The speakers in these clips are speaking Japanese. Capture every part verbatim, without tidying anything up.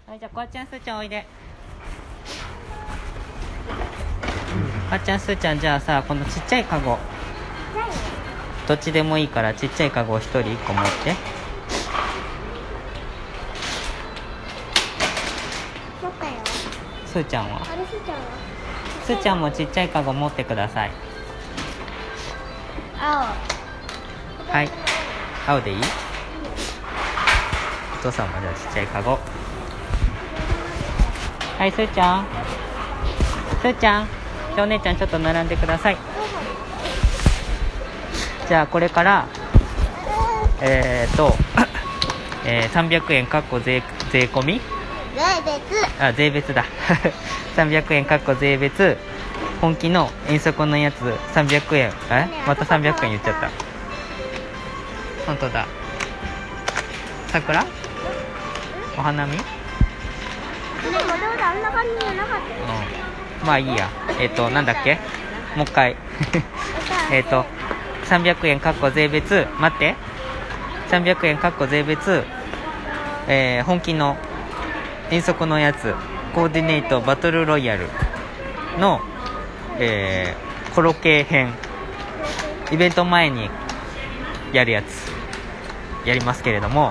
はい、じゃあこわちゃんすーちゃんおいで。こわちゃんすーちゃん、じゃあさ、このちっちゃいカゴどっちでもいいから、ちっちゃいカゴをひとりいっこ持って。 持ったよ。 すーちゃんはあれ、すーちゃんはすーちゃんもちっちゃいカゴ持ってください。 青。 はい、青でいい？お父さんもじゃあちっちゃいカゴ。はい、すーちゃんすーちゃん、じゃあお姉ちゃんちょっと並んでください。じゃあこれからえーと、えー、さんびゃくえんかっこ税税込み税別。 あ、税別ださんびゃくえんかっこ税別、本気の遠足のやつさんびゃくえん、えまたさんびゃくえん言っちゃった。本当だ。桜お花見、うん、 でももともとあんな感じじゃなかったよ。 まあいいや。えっ、ー、となんだっけ、もう一回えっとさんびゃくえんかっこ税別、待って、さんびゃくえんかっこ税別、えー、本気の遠足のやつコーディネートバトルロイヤルの、えー、コロケ編、イベント前にやるやつやりますけれども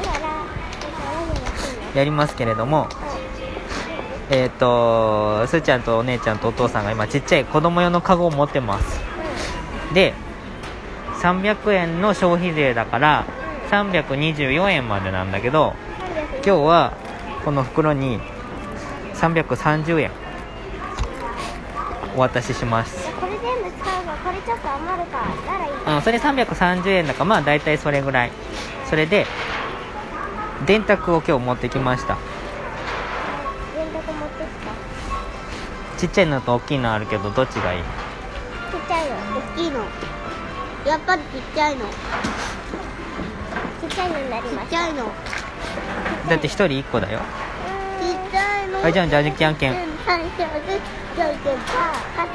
やりますけれどもえっ、ー、とすーちゃんとお姉ちゃんとお父さんが今ちっちゃい子供用のカゴを持ってます。でさんびゃくえんの消費税だからさんびゃくにじゅうよんえんまでなんだけど、今日はこの袋にさんびゃくさんじゅうえんお渡しします。 これ全部使うが、これちょっと余るからならいい。 うん、それさんびゃくさんじゅうえんだから、まあだいたいそれぐらい。それで電卓を今日持ってきました。 電卓持ってきた。 ちっちゃいのと大きいのあるけどどっちがいい？ ちっちゃいの、大きいの。やっぱりちっちゃいの。ちっちゃいのになりました。ちっちゃいの。 だってひとりいっこだよ。 ちっちゃいの。 はい、じゃあじゃあじゃんけん。 最初でじゃんけんパー勝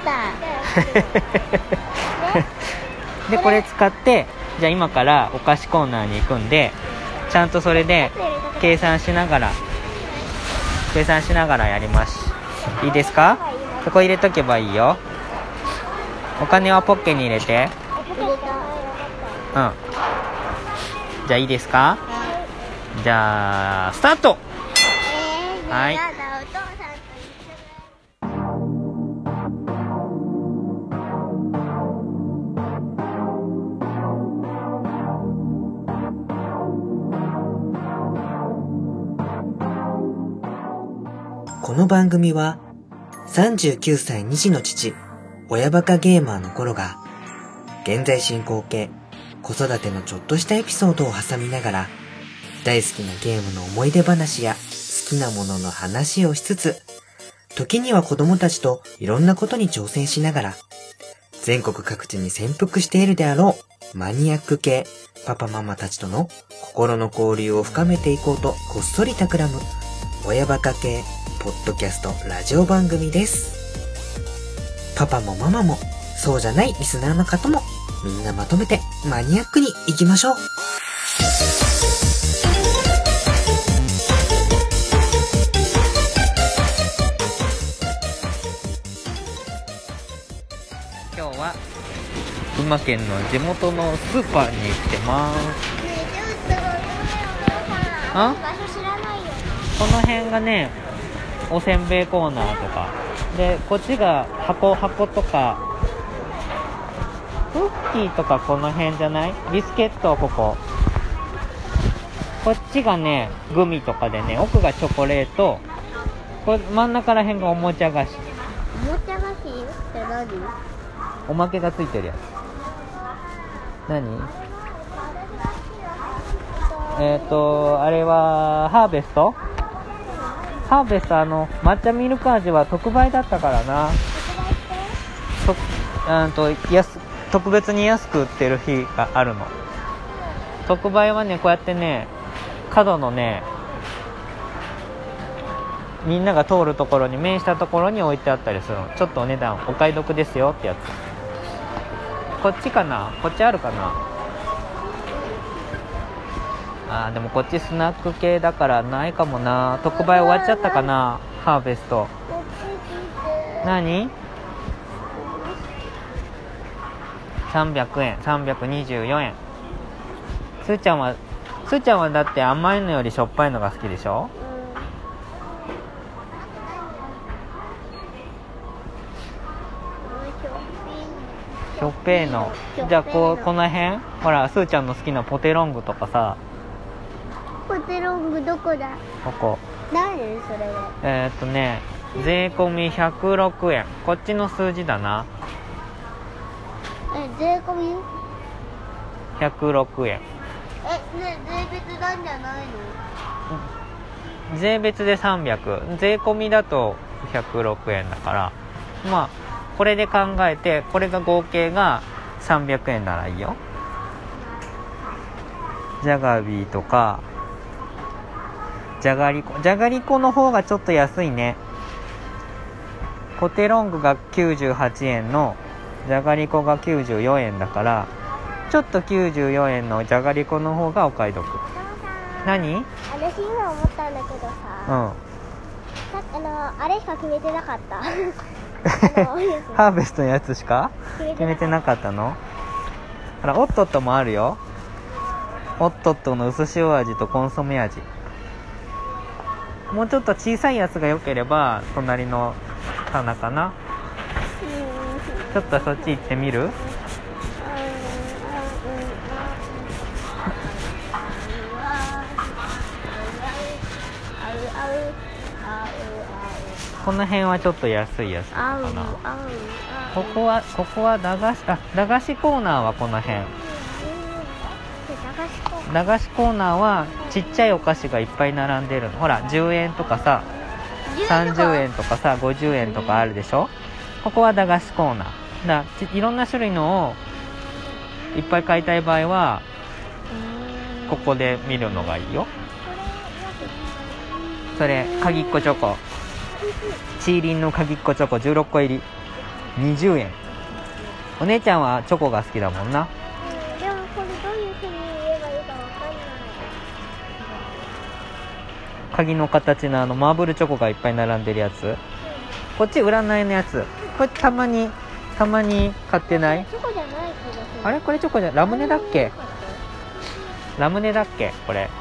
ったでこれ使ってじゃあ今からお菓子コーナーに行くんで、ちゃんとそれで計算しながら計算しながらやります。いいですか？そこ入れとけばいいよ。お金はポッケに入れて。うん。じゃあいいですか？じゃあスタート。 えー、 はい。 やだ、お父さんとこの番組はさんじゅうきゅうさいに児の父、親バカゲーマーの頃が現在進行形、子育てのちょっとしたエピソードを挟みながら大好きなゲームの思い出話や好きなものの話をしつつ、時には子供たちといろんなことに挑戦しながら全国各地に潜伏しているであろうマニアック系パパママたちとの心の交流を深めていこうとこっそり企む親バカ系ポッドキャストラジオ番組です。パパもママもそうじゃないリスナーの方もみんなまとめてマニアックに行きましょう。 今日は群馬県の地元のスーパーに来てます。 ねえ、ちょっとあ？ 場所知らないよ。 この辺がねおせんべいコーナーとかで、こっちが箱箱とかクッキーとかこの辺じゃない？ビスケットここ。こっちがねグミとかでね、奥がチョコレート、これ真ん中ら辺がおもちゃ菓子。 おもちゃ菓子って何？ おまけがついてるやつ。何？えっとあれはハーベスト？ハーベスト、あの抹茶ミルク味は特売だったからな。とあと安特別に安く売ってる日があるの。特売はねこうやってね角のねみんなが通るところに面したところに置いてあったりするの。ちょっとお値段お買い得ですよってやつ。こっちかな？こっちあるかな？ あーでもこっちスナック系だからないかもな。特売終わっちゃったかな。ハーベストこっち来て。 何さんびゃくえん、さんびゃくにじゅうよえん。すーちゃんはすーちゃんはだって甘いのよりしょっぱいのが好きでしょ。しょっぺーの。じゃあこうこの辺ほらすーちゃんの好きなポテロングとかさ。 ポテロングどこだ。 ここ何それは。 えー、っとね税込みひゃくろくえん。こっちの数字だな。 え、税込みひゃくろくえん。 え、ね、税別なんじゃないの。 税別でさんびゃく、税込みだとひゃくろくえんだから、まあこれで考えてこれが合計がさんびゃくえんならいいよ。ジャガビーとかじゃがりこ、じゃがりこの方がちょっと安いね。ポテロングがきゅうじゅうはちえんのじゃがりこがきゅうじゅうよえんだから、ちょっときゅうじゅうよえんのじゃがりこの方がお買い得。何？ 私今思ったんだけどさ、 うんさあのあれしか決めてなかったあのハーベストのやつしか決めてなかったの？ほらオットットもあるよ。オットットの薄塩味とコンソメ味。もうちょっと小さいやつが良ければ隣の棚かな。ちょっとそっち行ってみる？この辺はちょっと安いやつかな。ここはここは駄菓子、あ、駄菓子コーナーはこの辺。駄菓子コーナーはちっちゃいお菓子がいっぱい並んでるの。ほらじゅうえんとかささんじゅうえんとかさごじゅうえんとかあるでしょ。ここは駄菓子コーナーだ。いろんな種類のをいっぱい買いたい場合はここで見るのがいいよ。それ鍵っこチョコ、チーリンの鍵っこチョコじゅうろっこ入りにじゅうえん。お姉ちゃんはチョコが好きだもんな。 でもこれどういう風に言えばいいかわかんない。 鍵の形のあのマーブルチョコがいっぱい並んでるやつ。こっち占いのやつ。これたまにたまに買ってない？ チョコじゃない気がする。 あれこれチョコじゃラムネだっけ？ラムネだっけこれ。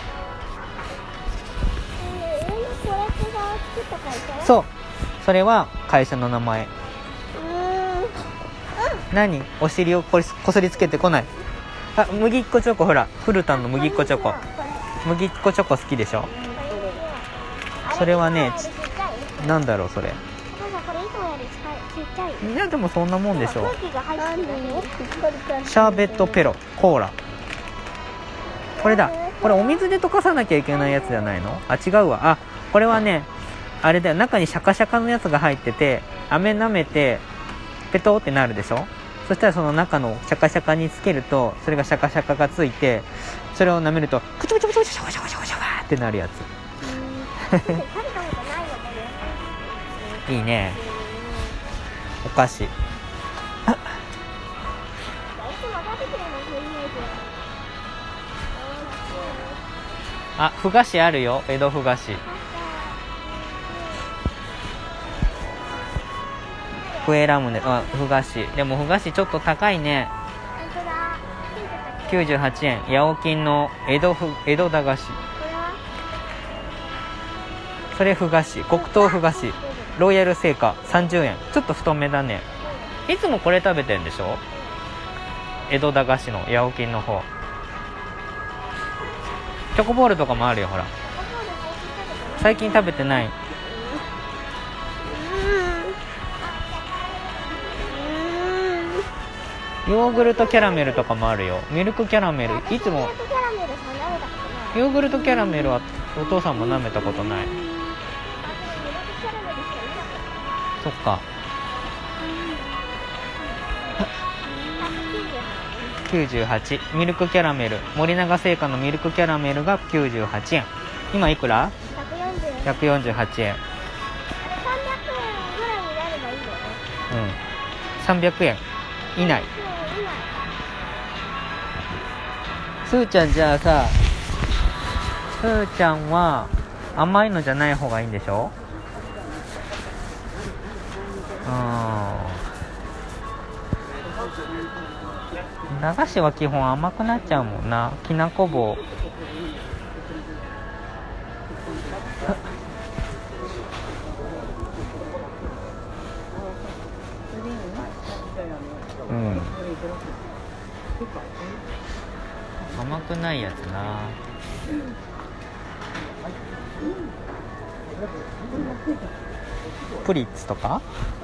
えー、上のこれってさ作った会社？ そう、それは会社の名前。 うーん。 何？お尻をこりこすりつけてこない。あ、麦っこチョコ。ほらフルタンの麦っこチョコ。麦っこチョコ好きでしょ。それはね、なんだろうそれ。 これいつもよりちっちゃい。 いやでもそんなもんでしょ。 空気が入ってるだけ。 シャーベットペロコーラ。これだ。これお水で溶かさなきゃいけないやつじゃないの？あ、違うわ。あ、これはねあれだよ。中にシャカシャカのやつが入ってて、飴舐めてペトってなるでしょ。そしたらその中のシャカシャカにつけると、それがシャカシャカがついて、それを舐めるとクチュクチュクチュシャカシャカシャカシャカってなるやつ。 食べたことないよね。 いいね。お菓子。 いつも食べてるのそういうイメージ。 あ、ふ菓子あるよ。江戸ふ菓子。クエラムネ、あ、ふ菓子。でもふ菓子ちょっと高いね。 本当だ。 きゅうじゅうはちえん。八百金の江戸ふ江戸駄菓子。 これはそれふ菓子。黒糖ふ菓子。ロイヤル製菓さんじゅうえん。ちょっと太めだね。いつもこれ食べてんでしょ。江戸駄菓子の八百金の方。チョコボールとかもあるよ。ほら最近食べてない。ヨーグルトキャラメルとかもあるよ。ミルクキャラメル。いつもヨーグルトキャラメルはお父さんも舐めたことない。そっか。きゅうじゅうはち。ミルクキャラメル、森永製菓のミルクキャラメルがきゅうじゅうはちえん。今いくら？ひゃくよんじゅうはちえん。 さんびゃくえんぐらいになればいいよね。 うん、さんびゃくえん以内。すーちゃんじゃあさ、 すーちゃんは甘いのじゃない方がいいんでしょ。うん、駄菓子は基本甘くなっちゃうもんな。きなこ棒うん、甘くないやつな。プリッツとか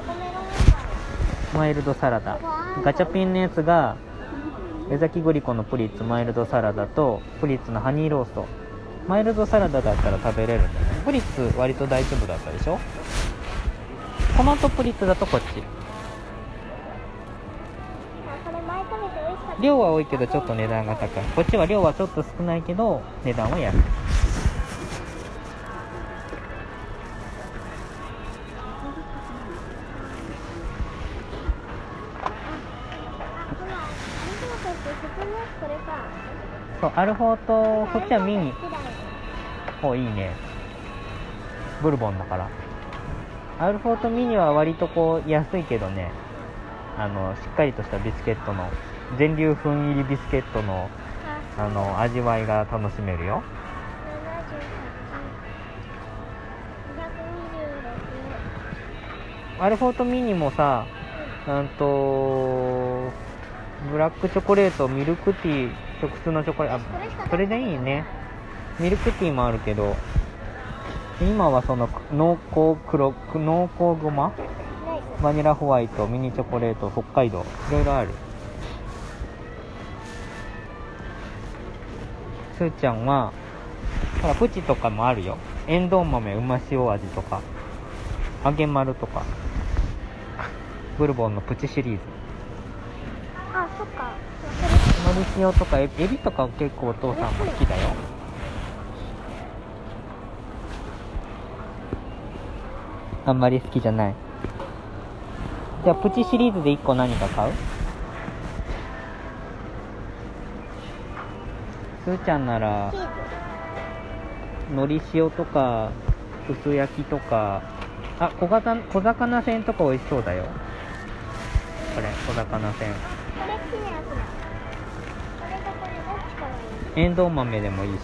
マイルドサラダ、ガチャピンのやつが江崎グリコのプリッツマイルドサラダとプリッツのハニーロースト。マイルドサラダだったら食べれるんだね。プリッツ割と大丈夫だったでしょ。トマトプリッツだとこっち。量は多いけどちょっと値段が高い。こっちは量はちょっと少ないけど値段は安い。そう、アルフォート、こっちはミニ。お、いいね。ブルボンだから。アルフォートミニは割とこう安いけどね、あのしっかりとしたビスケットの全粒粉入りビスケットのあの味わいが楽しめるよ。アルフォートミニもさ、なんとブラックチョコレート、ミルクティー、普通のチョコレート、あ、それでいいね。ミルクティーもあるけど、今はその濃厚黒濃厚ごま、バニラホワイト、ミニチョコレート、北海道、いろいろある。すーちゃんはほらプチとかもあるよ。えんどう豆うま塩味とか、揚げ丸とか、ブルボンのプチシリーズ。 あ、そっか。 のり塩とかエビとか結構お父さんも好きだよ。あんまり好きじゃない。じゃあプチシリーズでいっこ何か買う？すーちゃんならのり塩とか薄焼きとか、あ、小型小魚船とか美味しそうだよ。これ小魚船。 これ好きなやつだ。これとこれどっちからいい？ えんどう豆でもいいし、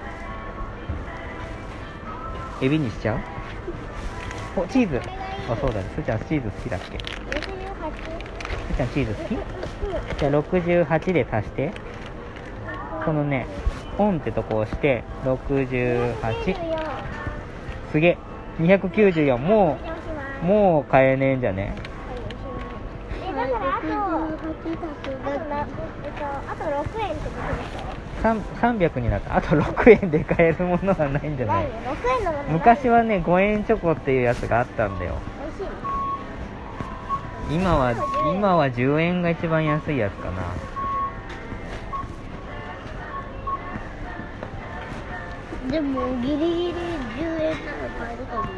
エビにしちゃう？お、チーズ。あ、そうだね。すーちゃんチーズ好きだっけ？すろくじゅうはち。 ーちゃんチーズ好き？じゃあろくじゅうはちで足して、このね、オンってとこ押してろくじゅうはち。すげえ、にひゃくきゅうじゅうよん。もうもう買えねえんじゃね？ え、だからあと、あと、あとろくえんってことでしょ？ さんびゃくになった。あとろくえんで買えるものはないんじゃない？ ろくえんのもの。 昔はねごえんチョコっていうやつがあったんだよ。 美味しい。 今は今はじゅうえんが一番安いやつかな。 でもギリギリじゅうえんなら買えるかも。うん。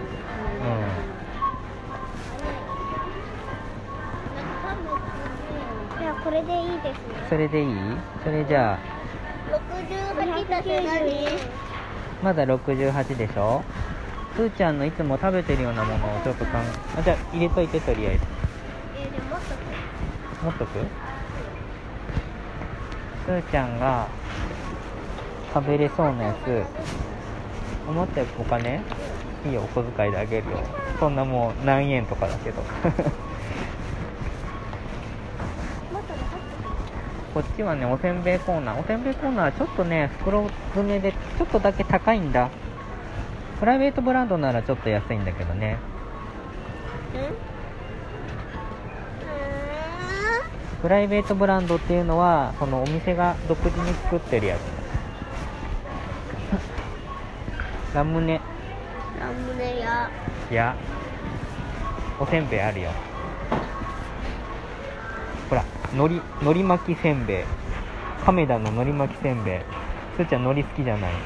じゃあこれでいいですね。 それでいい？それじゃあろくじゅうはちたす何？ まだろくじゅうはちでしょ。すーちゃんのいつも食べてるようなものをちょっとかんあ、じゃあ入れといて、とりあえず。 えー、でももっと持っとく？すーちゃんが食べれそうなやつ、思ったよ。お金いいよ、お小遣いであげるよ。そんなもう何円とかだけどこっちはね、おせんべいコーナー。おせんべいコーナーはちょっとね、袋詰めでちょっとだけ高いんだ。プライベートブランドならちょっと安いんだけどね。プライベートブランドっていうのはそのお店が独自に作ってるやつ。ラムネ。 ラムネや。 いや、おせんべいあるよ。ほら、のり、のり巻きせんべい。亀田ののり巻きせんべい。すーちゃんのり好きじゃない？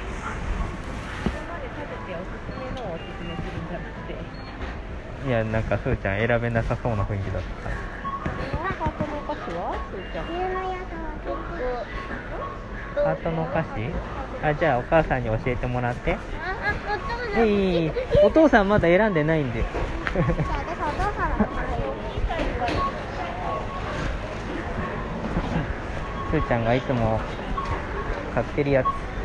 いや、なんかすーちゃん選べなさそうな雰囲気だったから。 ハートのお菓子は？すーちゃん。有名なやつは結構。 ハートのお菓子？ あ、じゃあお母さんに教えてもらって。 あ、あ、お父さん。 いいいい、お父さんまだ選んでないんで。 じゃあ、だからお父さんのこれ。 すーちゃんがいつも買ってるやつ。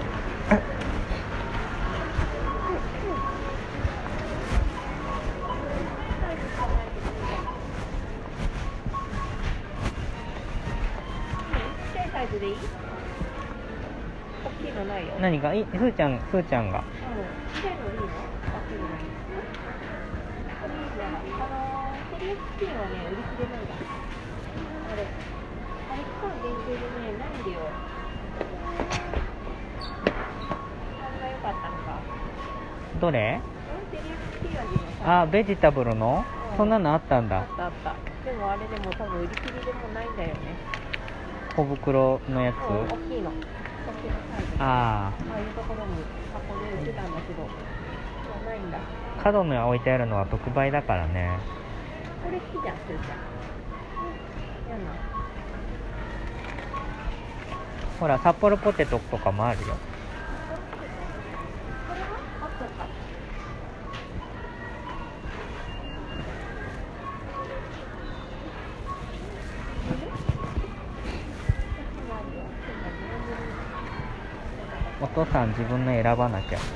何がいい？すーちゃん、すーちゃんが。どれ？あ、ベジタブルの？そんなのあったんだ。 あったあった。でもあれでも多分売り切りでもないんだよね。 小袋のやつ？ うん、大きいの。 ああ。 ああいうところに箱で売ってたんだけど、もうないんだ。 角に置いてあるのは特売だからね。 これ好きじゃん、すーちゃん。やんな。 ほら、札幌ポテトとかもあるよ。お父さん自分の選ばなきゃ。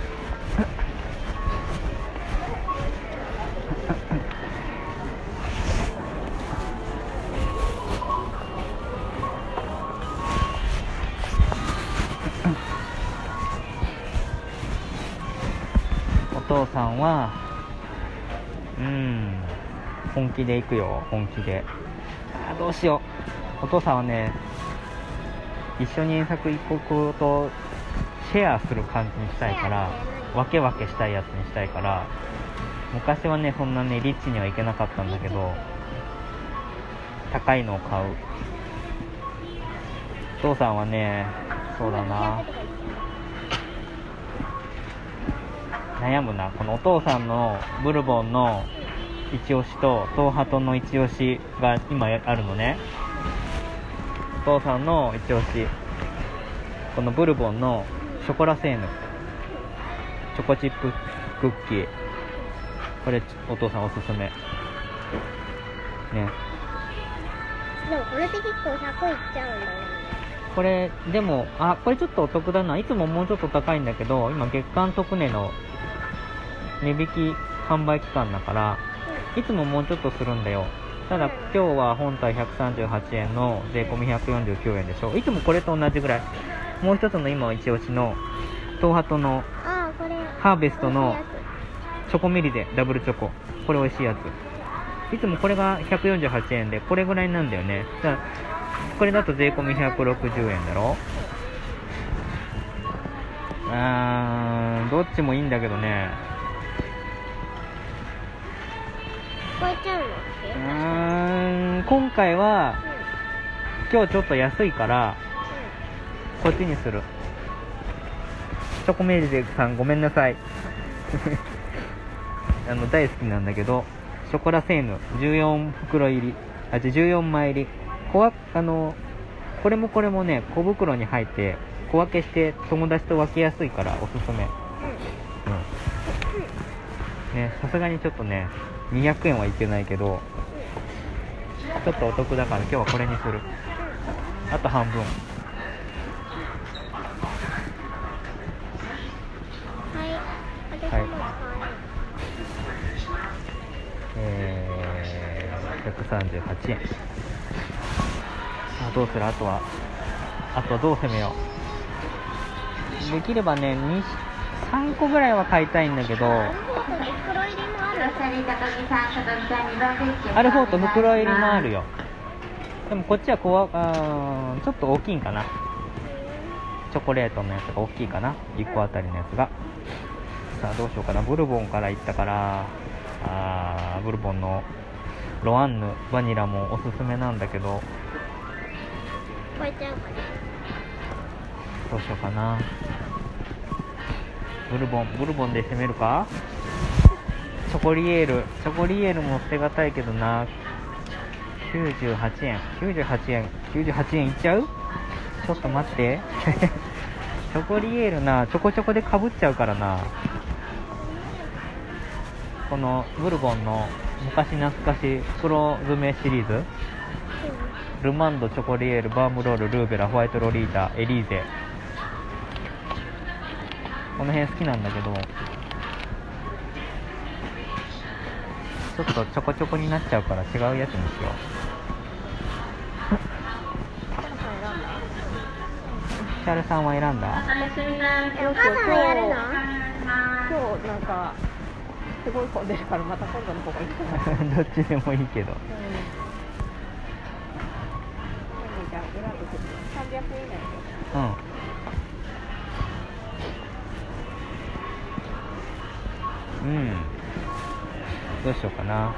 お父さんはうーん本気で行くよ、本気で。あ、どうしよう。お父さんはね、一緒に遠足行くことシェアする感じにしたいから、分け分けしたいやつにしたいから。昔はね、そんなねリッチには行けなかったんだけど、高いのを買う。お父さんはね、そうだな、悩むな。このお父さんのブルボンの一押しと東ハトの一押しが今あるのね。お父さんの一押し、このブルボンのショコラセーヌチョコチップクッキー、これお父さんおすすめね。 でもこれって結構ひゃくいっちゃうんだよね。 これでも、あ、これちょっとお得だな。いつももうちょっと高いんだけど、今月間特値の値引き販売期間だから、いつももうちょっとするんだよ。ただ今日は本体ひゃくさんじゅうはちえんの税込みひゃくよんじゅうきゅうえんでしょ。いつもこれと同じぐらい。もう一つの今一押しの東ハトのあ、これハーベストのチョコミリでダブルチョコ、これ美味しいやつ。いつもこれがひゃくよんじゅうはちえんで、これぐらいなんだよね。だからこれだと税込みひゃくろくじゅうえんだろ。あー、どっちもいいんだけどね。 超えちゃうの？ うーん、今回は今日ちょっと安いからこっちにする。チョコメリゼさんごめんなさいあの大好きなんだけど、ショコラセーヌじゅうよんふくろ入り、あ、じゅうよんまい入り、小わあのこれもこれもね小袋に入って小分けして友達と分けやすいからおすすめ。うんね、さすがにちょっとねにひゃくえんはいけないけど、ちょっとお得だから今日はこれにする。あと半分。はい、えー、ひゃくさんじゅうはちえん。あ、どうする？あとはあとはどう攻めよう。できればねにさんこぐらいは買いたいんだけど、アルフォート袋入りもあるよ。でもこっちはこう、あーちょっと大きいんかな。チョコレートのやつが大きいかな、いっこあたりのやつが。さあどうしようかな。ブルボンからいったから、あーブルボンのロアンヌバニラもおすすめなんだけど、 超えちゃうかね。 どうしようかな。ブルボンブルボンで攻めるか。チョコリエールチョコリエールも捨てがたいけどな。きゅうじゅうはちえんきゅうじゅうはちえんきゅうじゅうはちえんいっちゃう。ちょっと待ってチョコリエールな、ちょこちょこでかぶっちゃうからな。このブルボンの昔懐かしい黒詰めシリーズ、ルマンド、チョコリエール、バームロール、ルーベラ、ホワイトロリータ、エリーゼ、この辺好きなんだけど、ちょっとちょこちょこになっちゃうから違うやつにしよう。シャルさんは選んだ？ お母さんはやるの？ 今日なんかすごい混んでるからまた今度の方がいいかな。 どっちでもいいけど。 うんじゃあ選ぶけどさんびゃくえん以内で。 うん。うん。どうしようかな。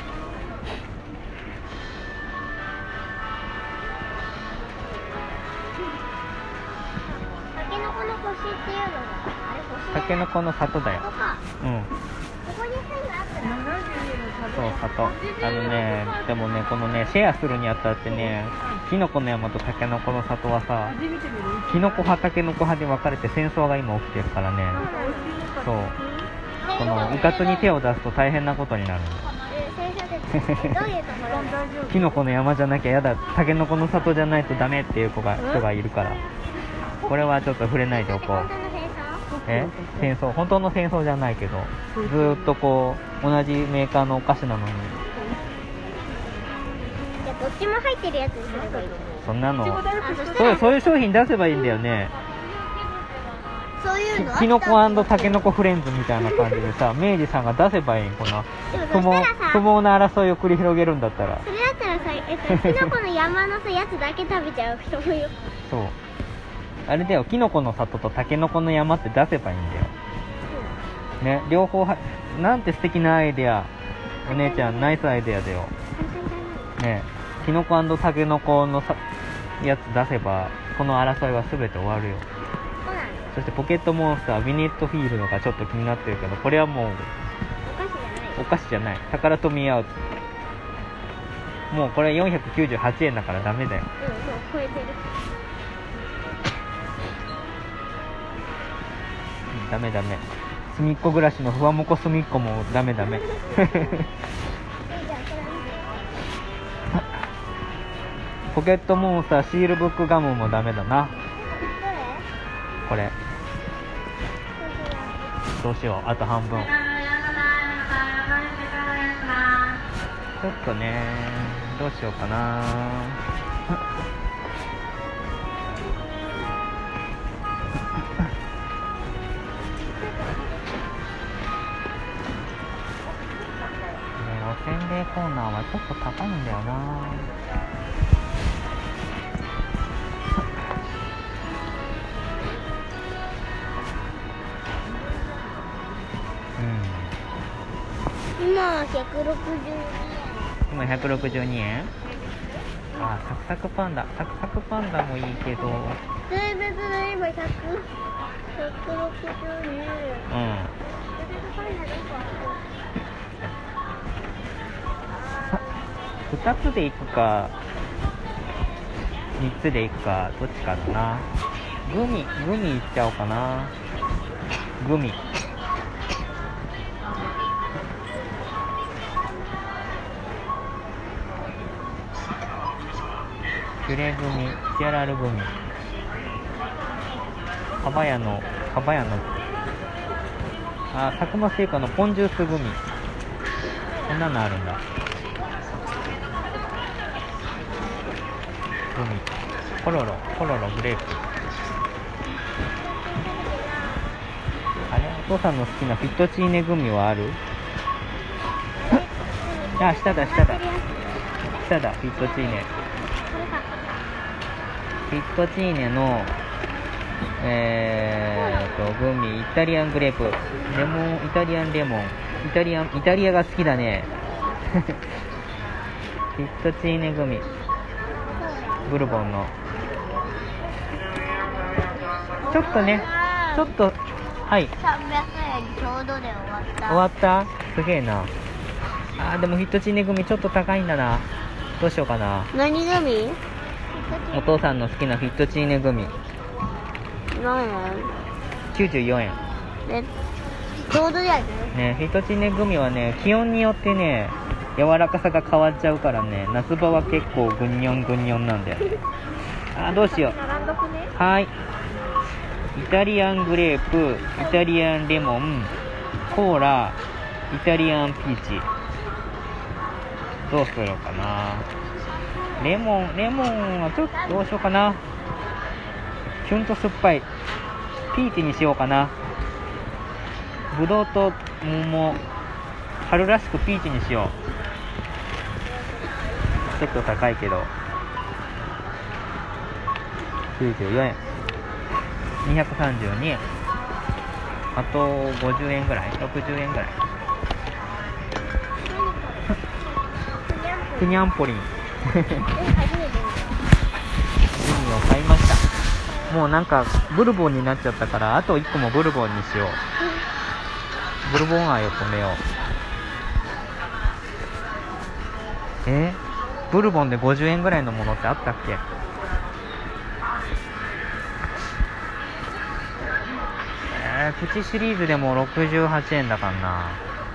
タケノコの星っていうのがあれ星タケノコの里だよ。 ここか。 うん。 ここに線があったらそう、里。あのね、でもね、このね、シェアするにあたってね、キノコの山とタケノコの里はさ、キノコ派、タケノコ派で分かれて戦争が今起きてるからね、そう、このうかつに手を出すと大変なことになるんだ。 どういうところ？ キノコの山じゃなきゃやだ、タケノコの里じゃないとダメっていう子が人がいるから、これはちょっと触れないでおこう。え戦争、本当の戦争じゃないけど、ずーっとこう同じメーカーのお菓子なのに。 いやどっちも入ってるやつにすればいい。 そんなの、 あそしたらそうそういう商品出せばいいんだよね。 そういうのキノコ&タケノコフレンズみたいな感じでさ、明治さんが出せばいい。このでもそ不毛したらさ、 不毛な争いを繰り広げるんだったら。 それだったらさ、えっと、キノコの山のさやつだけ食べちゃう人もいる。 そう、あれだよ、キノコの里とタケノコの山って出せばいいんだよね。両方は、なんて素敵なアイデア。お姉ちゃんナイスアイデアだよね。キノコ&タケノコのさやつ出せばこの争いは全て終わるよ。 そうなんだ。 そしてポケットモンスタービネットフィールドがちょっと気になってるけど、これはもうお菓子じゃない。 お菓子じゃない、タカラトミーアウト。もうこれよんひゃくきゅうじゅうはちえんだからダメだよ。 うん、もう超えてる。 うん、ダメダメ。すみっこ暮らしのふわもこすみっこもダメダメ。 えじゃあこれポケットモンスターシールブックガムもダメだな。これどうしよう、あと半分。ちょっとね、どうしようかな。おせんべいコーナーはちょっと高いんだよな。 今はひゃくろくじゅうにえん。 今ひゃくろくじゅうにえん。あ、サクサクパンダ、サクサクパンダもいいけど、 性別で今ひゃくろくじゅうにえん。 うん、ふたつでいくかみっつでいくかどっちかだな。グミ、グミいっちゃおうかな。グミピュレグミ、シアラルグミ、かばやの、かばやの、あ、佐久間製菓のポンジュースグミ、こんなのあるんだ。グミ、コロロ、コロログレープ。あれ、お父さんの好きなフィットチーネグミはある？あ、下だ、下だ。下だ、フィットチーネ。フィットチーネの、えーと、グミ、イタリアングレープ、レモン、イタリアンレモン、イタリアン、イタリアが好きだね。フィットチーネグミ、ブルボンの。ちょっとね、ちょっと、はい。 さんびゃくえんちょうどで終わった。 終わった？すげえな。あー、でもフィットチーネグミちょっと高いんだな。どうしようかな。 何グミ？ お父さんの好きなフィットチーネグミ。 う何円？ きゅうじゅうよんえんで、ちょうどだよね。 ね。フィトチネグミはね、気温によってね柔らかさが変わっちゃうからね、夏場は結構グニョングニョンなんだよ。あーどうしよう。 並んどくね。 はい。イタリアングレープ、イタリアンレモン、コーラ、イタリアンピーチ。どうするかな。レモン、レモンはちょっとどうしようかな。キュンと酸っぱい。ピーチにしようかな。ぶどうと桃、春らしくピーチにしよう。ちょっと高いけど。きゅうじゅうよえん。にひゃくさんじゅうにえん。あとごじゅうえんぐらい、ろくじゅうえんぐらい。クニャンポリングミを買いました。もうなんかブルボンになっちゃったから、あといっこもブルボンにしよう。ブルボン愛を止めよう。えブルボンでごじゅうえんぐらいのものってあったっけ。えー、プチシリーズでもろくじゅうはちえんだからな。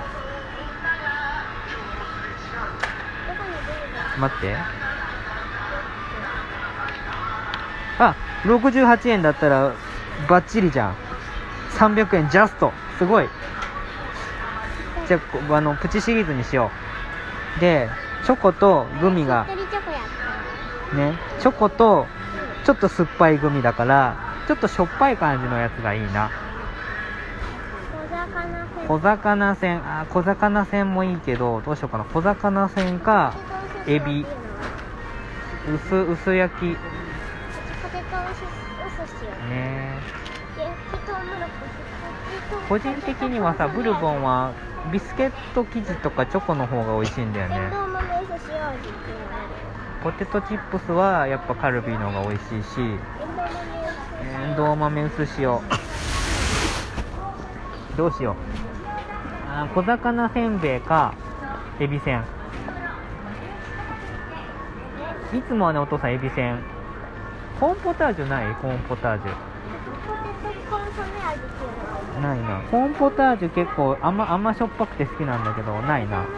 待って。あ、ろくじゅうはちえんだったらバッチリじゃん。さんびゃくえんジャスト。すごい。じゃあ、あのプチシリーズにしよう。でチョコとグミがね、チョコとちょっと酸っぱいグミだからちょっとしょっぱい感じのやつがいいな。小魚船、あ、小魚船もいいけど、どうしようかな。小魚船かエビ、薄薄焼きね。個人的にはさ、ブルボンはビスケット生地とかチョコの方が美味しいんだよね。ポテトチップスはやっぱカルビーの方が美味しいし、エンドウ豆薄塩どうしよう。あ、小魚せんべいかエビせん。いつもはね、お父さんエビせん。コーンポタージュない？コーンポタージュないな。コーンポタージュ結構甘甘しょっぱくて好きなんだけど、ないな。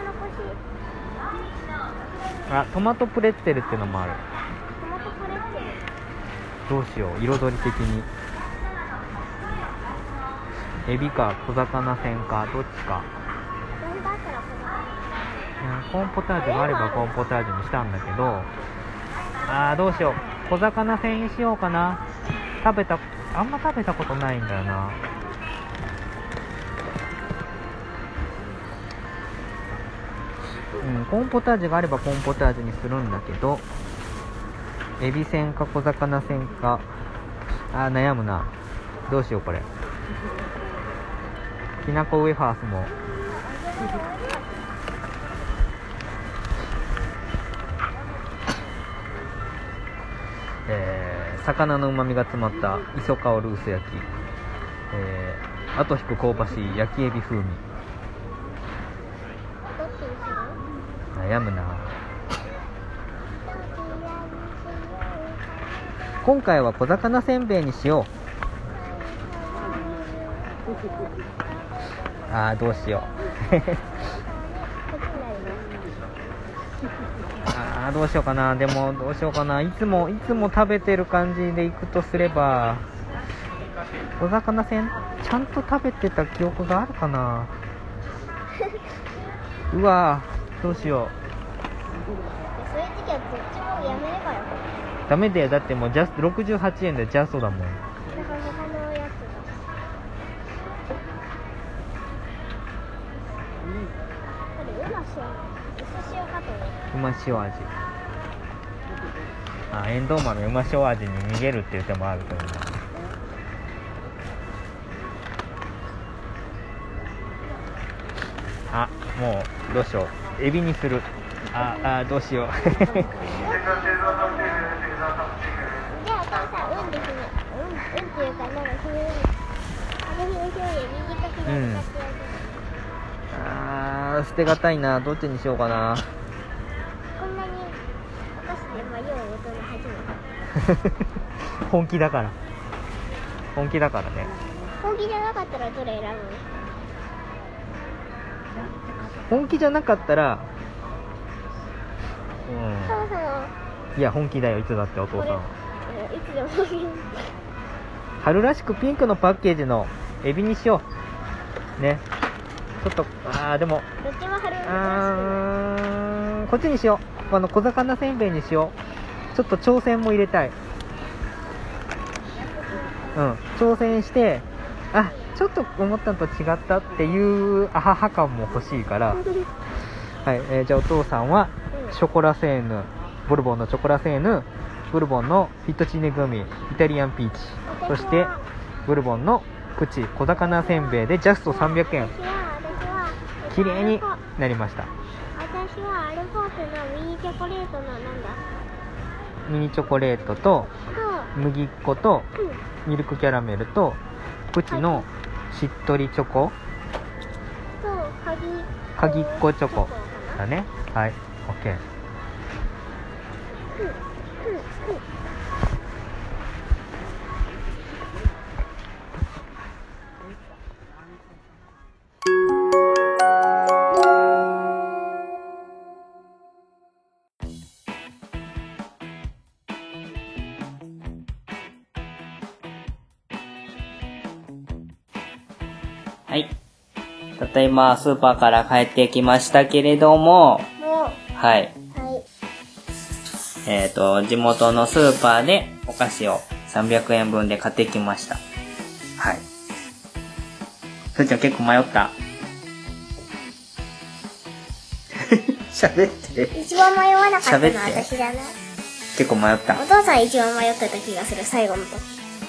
あ、トマトプレッツェルってのもある。どうしよう、彩り的に。エビか小魚せんかどっちか。いや、コーンポタージュがあればコーンポタージュにしたんだけど、あーどうしよう、小魚せんにしようかな。食べたあんま食べたことないんだよな。うん、コーンポタージュがあればコーンポタージュにするんだけど、エビせんか小魚せんか、あー悩むな。どうしようこれ。きなこウェハースもえー、魚の旨味が詰まった磯香る薄焼き、えー、後引く香ばしい焼きエビ風味。悩むな。今回は小魚せんべいにしよう。あーどうしようあーどうしようかな。でもどうしようかな。いつもいつも食べてる感じでいくとすれば、小魚せんちゃんと食べてた記憶があるかなうわーどうしよう。 そういう時はどっちもやめればよ。 ダメだよ。だってもうジャストろくじゅうはちえんでジャストだもん。 だから他のやつだ。これうま塩、薄塩かと思う。 うま塩味。あ、エンドウ豆うま塩味に逃げるっていう手もあるけどな。あ、もうどうしよう。エビにする。ああどうしようじゃあこれさ、うんですね。うん、うんっていうか、なんかそういうあの日の表現短くなるかってやつ。 あー捨てがたいな。どっちにしようかな。 こんなにお菓子で迷う大人初めて。 本気だから。 本気だからね。 本気じゃなかったらどれ選ぶの？ 本気じゃなかったら、うそもそもん。いや、本気だよ、いつだってお父さんは。 いつでも本気。 春らしくピンクのパッケージのエビにしよう。ね。ちょっと、あー、でも、 どっちも春らしくない。 あー、こっちにしよう。あの、小魚せんべいにしよう。ちょっと挑戦も入れたい。うん。挑戦して、あ、ちょっと思ったのと違ったっていうアハハ感も欲しいから、はい、えー、じゃあお父さんは、ショコラセーヌ、ボルボンのショコラセーヌ、ブルボンのフィットチーネグミ、イタリアンピーチ、そしてブルボンのプチ小魚せんべいでジャストさんびゃくえん。 私は、私は、 綺麗になりました。 私はアルフォースのミニチョコレートのなんだミニチョコレートと麦粉とと、うん、 ミルクキャラメルとプチのしっとりチョコ、 と鍵鍵っこチョコだね。はい、OK。 うんうんうん。 はい。たった今、スーパーから帰ってきましたけれども、 もはい。 う、はい。 えっと、地元のスーパーでお菓子をさんびゃくえんぶんで買ってきました。はい。すーちゃん結構迷った喋って。 一番迷わなかったのは喋って私じゃない。 結構迷った。 お父さん一番迷ってた気がする、最後の時。 うん。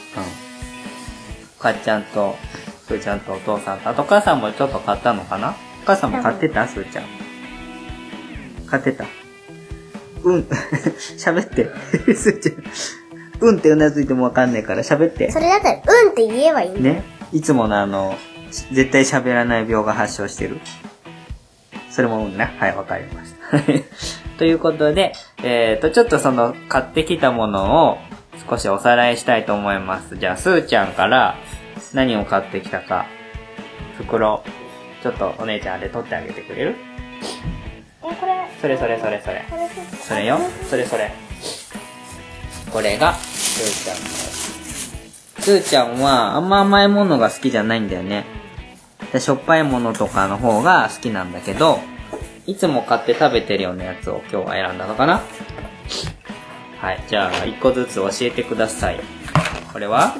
お母ちゃんと、すーちゃんとお父さんと、あとお母さんもちょっと買ったのかな？お母さんも買ってた？すーちゃん。買ってた？うん。喋って。すーちゃん。うんってうなずいてもわかんないから喋って。 それだったら、うんって言えばいいんだ。 ね。いつものあの、絶対喋らない病が発症してる。それもうんな。はい、わかりました。ということで、えーと、ちょっとその、買ってきたものを少しおさらいしたいと思います。じゃあ、すーちゃんから何を買ってきたか、袋、ちょっとお姉ちゃんで取ってあげてくれる？ え、これ、 それそれそれそれ。 これ、 それよ。それそれ。これが、すーちゃんの。すーちゃんはあんま甘いものが好きじゃないんだよね。でしょっぱいものとかの方が好きなんだけど、いつも買って食べてるようなやつを今日は選んだのかな？はい。じゃあ、一個ずつ教えてください。これは？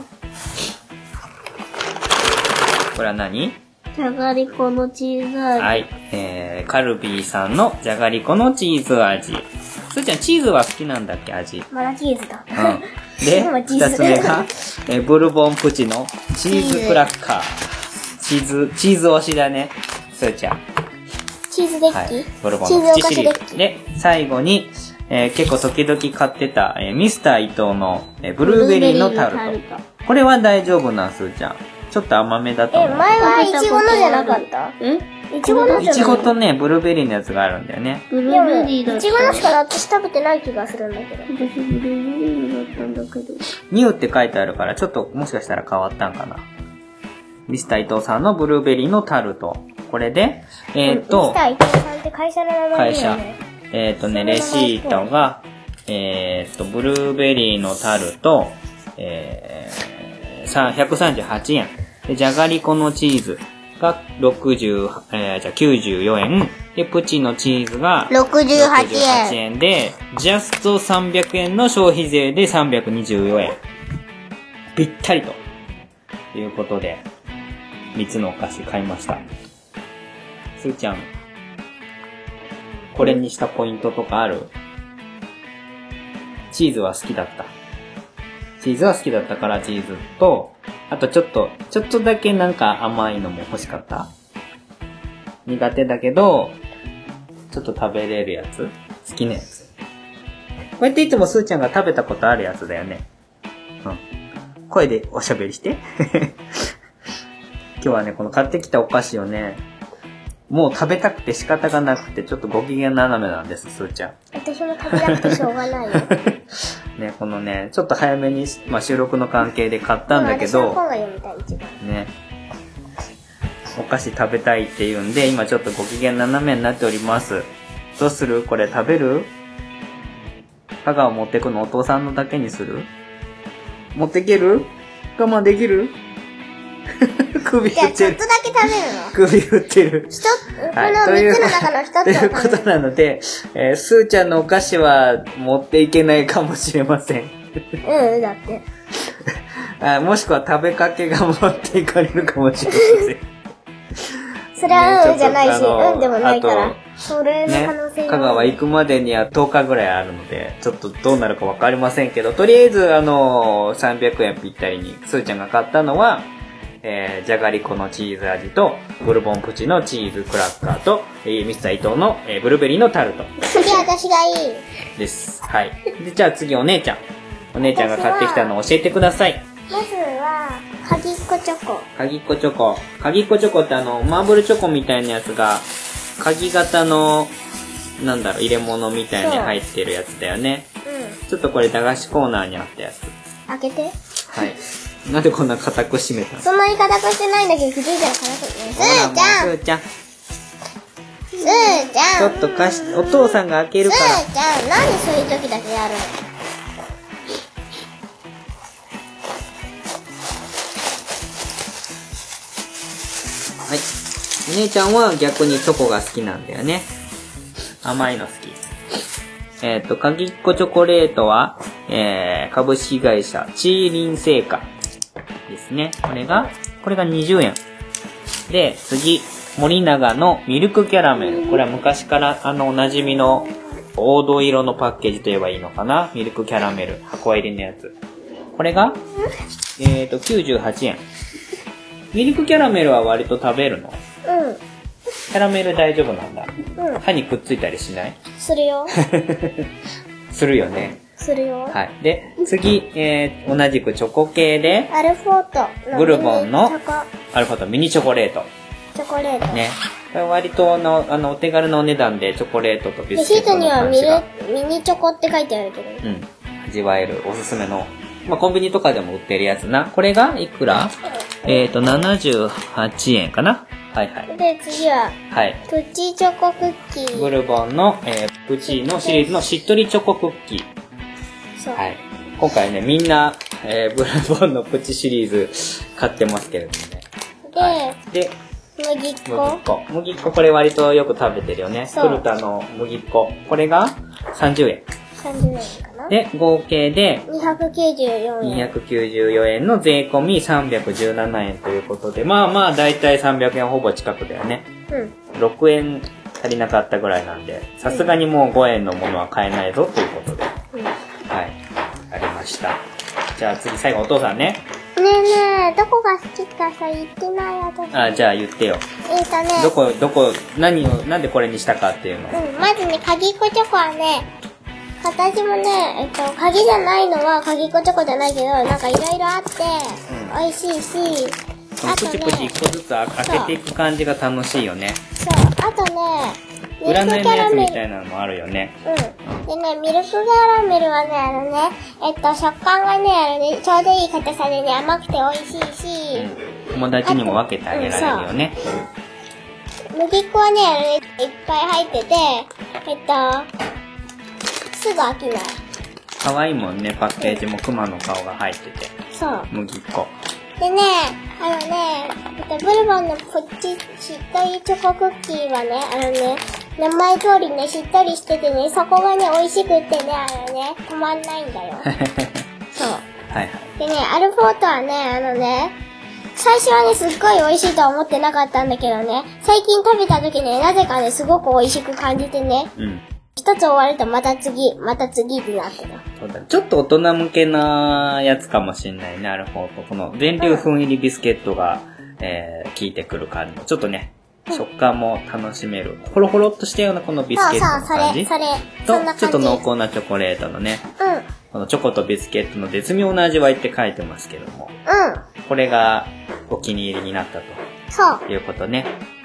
これは何？ じゃがりこのチーズ味。 はい。えー、カルビーさんのじゃがりこのチーズ味。すーちゃん、チーズは好きなんだっけ、味。 まだチーズだ。 うん。で、二つ目が、えー、ブルボンプチのチーズクラッカー。チーズ、チーズ推しだね。すーちゃん。 チーズデッキ、 はい。ブルボンのプチシリーズ。で、最後に、えー、結構時々買ってた、えー、ミスター伊藤の、えー、ブルーベリーのタルト。これは大丈夫なん、すーちゃん。ちょっと甘めだと思う。 え、前はイチゴのじゃなかった？え？イチゴのじゃない？ イチゴとね、ブルーベリーのやつがあるんだよね。 ブルーベリーだった。イチゴのしか私食べてない気がするんだけど。私ブルーベリーだったんだけど。 ニューって書いてあるから、ちょっともしかしたら変わったんかな。ミスター伊藤さんのブルーベリーのタルト。これで、えーっと、 ミスター伊藤さんって会社の名前会社だよね。。 えーっとね、レシートが、えーっと、ブルーベリーのタルト、えー、さひゃくさんじゅうはちえん。で、じゃがりこのチーズがろくじゅう、えー、じゃあきゅうじゅうよえん。で、プチのチーズがろくじゅうはちえん。 ろくじゅうはちえんで、ジャストさんびゃくえんの消費税でさんびゃくにじゅうよえん。ぴったりと。いうことで、みっつのお菓子買いました。すーちゃん、これにしたポイントとかある？チーズは好きだった。チーズは好きだったからチーズと、あとちょっと、ちょっとだけなんか甘いのも欲しかった？苦手だけど、ちょっと食べれるやつ？好きなやつ。こうやっていつもすーちゃんが食べたことあるやつだよね。うん。声でおしゃべりして。今日はね、この買ってきたお菓子をね、もう食べたくて仕方がなくて、ちょっとご機嫌斜めなんです、すーちゃん。 私も食べなくてしょうがないよ。 ね、このね、ちょっと早めに、まあ、収録の関係で買ったんだけど、 私は本が読みたい、一番。 ね、お菓子食べたいっていうんで、今ちょっとご機嫌斜めになっております。どうする？これ食べる？香川持ってくのお父さんのだけにする？持っていける？我慢できる？首じゃあ、 振ってる。 ちょっとだけ食べるの。 首振ってる。 一つ、このみっつの中の一つをという食べる。 ことなので、えー、すーちゃんのお菓子は持っていけないかもしれません。 うん、だって。 あ、もしくは食べかけが持っていかれるかもしれません。 それはうんじゃないし、 ねちょっとあのうんでもないからあと。 それのね可能性、が。 香川行くまでにはとおかぐらいあるので、ちょっとどうなるかわかりませんけど、とりあえず、あのー、さんびゃくえんぴったりに、すーちゃんが買ったのは、えー、じゃがりこのチーズ味と、ブルボンプチのチーズクラッカーと、えー、ミスター伊藤の、えー、ブルーベリーのタルト次私がいい。 です。はい。で、じゃあ次お姉ちゃん。お姉ちゃんが買ってきたのを教えてください。 まずは、かぎっこチョコ。 かぎっこチョコ。かぎっこチョコってあの、マーブルチョコみたいなやつが、鍵型の、なんだろう、入れ物みたいに入ってるやつだよね。 うん。 ちょっとこれ駄菓子コーナーにあったやつ。 開けて。 はい。なんでこんな固く閉めたの？ そんなに硬くしてないんだけど気づいたら悲しいね。すーちゃんすーちゃん。 すーちゃんちょっと貸し、お父さんが開けるから。 すーちゃん、なんでそういう時だけやるの？ はい。お姉ちゃんは逆にチョコが好きなんだよね。甘いの好き。えっと、かぎっこチョコレートは、えー、株式会社チーリン製菓ですね。これが、これがにじゅうえん。で、次、森永のミルクキャラメル。これは昔からあのおなじみの黄土色のパッケージと言えばいいのかな。ミルクキャラメル。箱入りのやつ。これが、えっと、きゅうじゅうはちえん。ミルクキャラメルは割と食べるの？ うん。 キャラメル大丈夫なんだ。 うん。 歯にくっついたりしない？ するよ。 するよね。 するよ。 はい。で、次、えー、同じくチョコ系で、 アルフォートのブルボンのミニチョコアルファとミニチョコレート。 チョコレート。 ね。これ割との、あの、お手軽なお値段でチョコレートとビで、 スケットのシートにはミ感じが、 ル、ミニチョコって書いてあるけど。 うん、味わえるおすすめの、まあ、コンビニとかでも売ってるやつな。これがいくら？えっと、ななじゅうはちえんかな？はいはい。 で、次は、 はい。 プチチョコクッキー。 ブルボンの、えー、プチのシリーズのしっとりチョコクッキー。 そう。 はい。今回ね、みんな、えー、ブルボンのプチシリーズ買ってますけれどもね。 で、 はい、で、 麦っ麦こっ。こ。麦っこ、これ割とよく食べてるよね。 そうトルタの麦っこ。これがさんじゅうえん。 さんじゅうえんかな。 で、合計でにひゃくきゅうじゅうよんえん。 にひゃくきゅうじゅうよえんの税込みさんびゃくじゅうななえんということで、まあまあだいたいさんびゃくえんほぼ近くだよね。 うん。 ろくえん足りなかったぐらいなんで、さすがにもうごえんのものは買えないぞということで。 うん。 はい。ありました。じゃあ次最後お父さんね。 ねえねえ、どこが好きかさ、言ってない私。 あ、じゃあ言ってよ。 えーとね、 どこ、どこ、何を、なんでこれにしたかっていうの。 うん、まずね、かぎっこチョコはね、形もね、えっと、鍵じゃないのはかぎっこチョコじゃないけど、なんかいろいろあって、 うん美味しいし、 そのプチプチ一個ずつ開けていく感じが楽しいよね。 そう、あとね、ミル占いのクキャラメル。 やつみたいなのもあるよね。 うん。でね、ミルクキャラメルはね、あのね、えっと、食感がね、あのね、ちょうどいい硬さでね、甘くて美味しいし、 うん。友達にも分けてあげられるよね。 麦っこはね、あのね、いっぱい入ってて、えっと、すぐ飽きない。 可愛いもんね、パッケージもクマの顔が入ってて。 そう。 麦っこ。 でね、あのね、えっと、ブルボンのプチしっとりチョコクッキーはね、あのね、名前通りね、しっとりしててね、そこがね、美味しくってね、あのね、止まんないんだよ。そう。 はいはい。 でね、アルフォートはね、あのね、最初はね、すっごい美味しいとは思ってなかったんだけどね、最近食べた時ね、なぜかね、すごく美味しく感じてね、 うん。 一つ終わるとまた次、また次ってなってた。 そうだ。ちょっと大人向けなやつかもしんないね、アルフォート。この全粒粉入りビスケットが、えー、効いてくる感じも。ちょっとね、食感も楽しめる。ホロホロっとしたようなこのビスケットのそうそう、 感じ。 それ、それ、そんなと、ちょっと感じ。 濃厚なチョコレートのね、 うん、 このチョコとビスケットの絶妙な味わいって書いてますけども、 うん、 これがお気に入りになったそう。 ということね。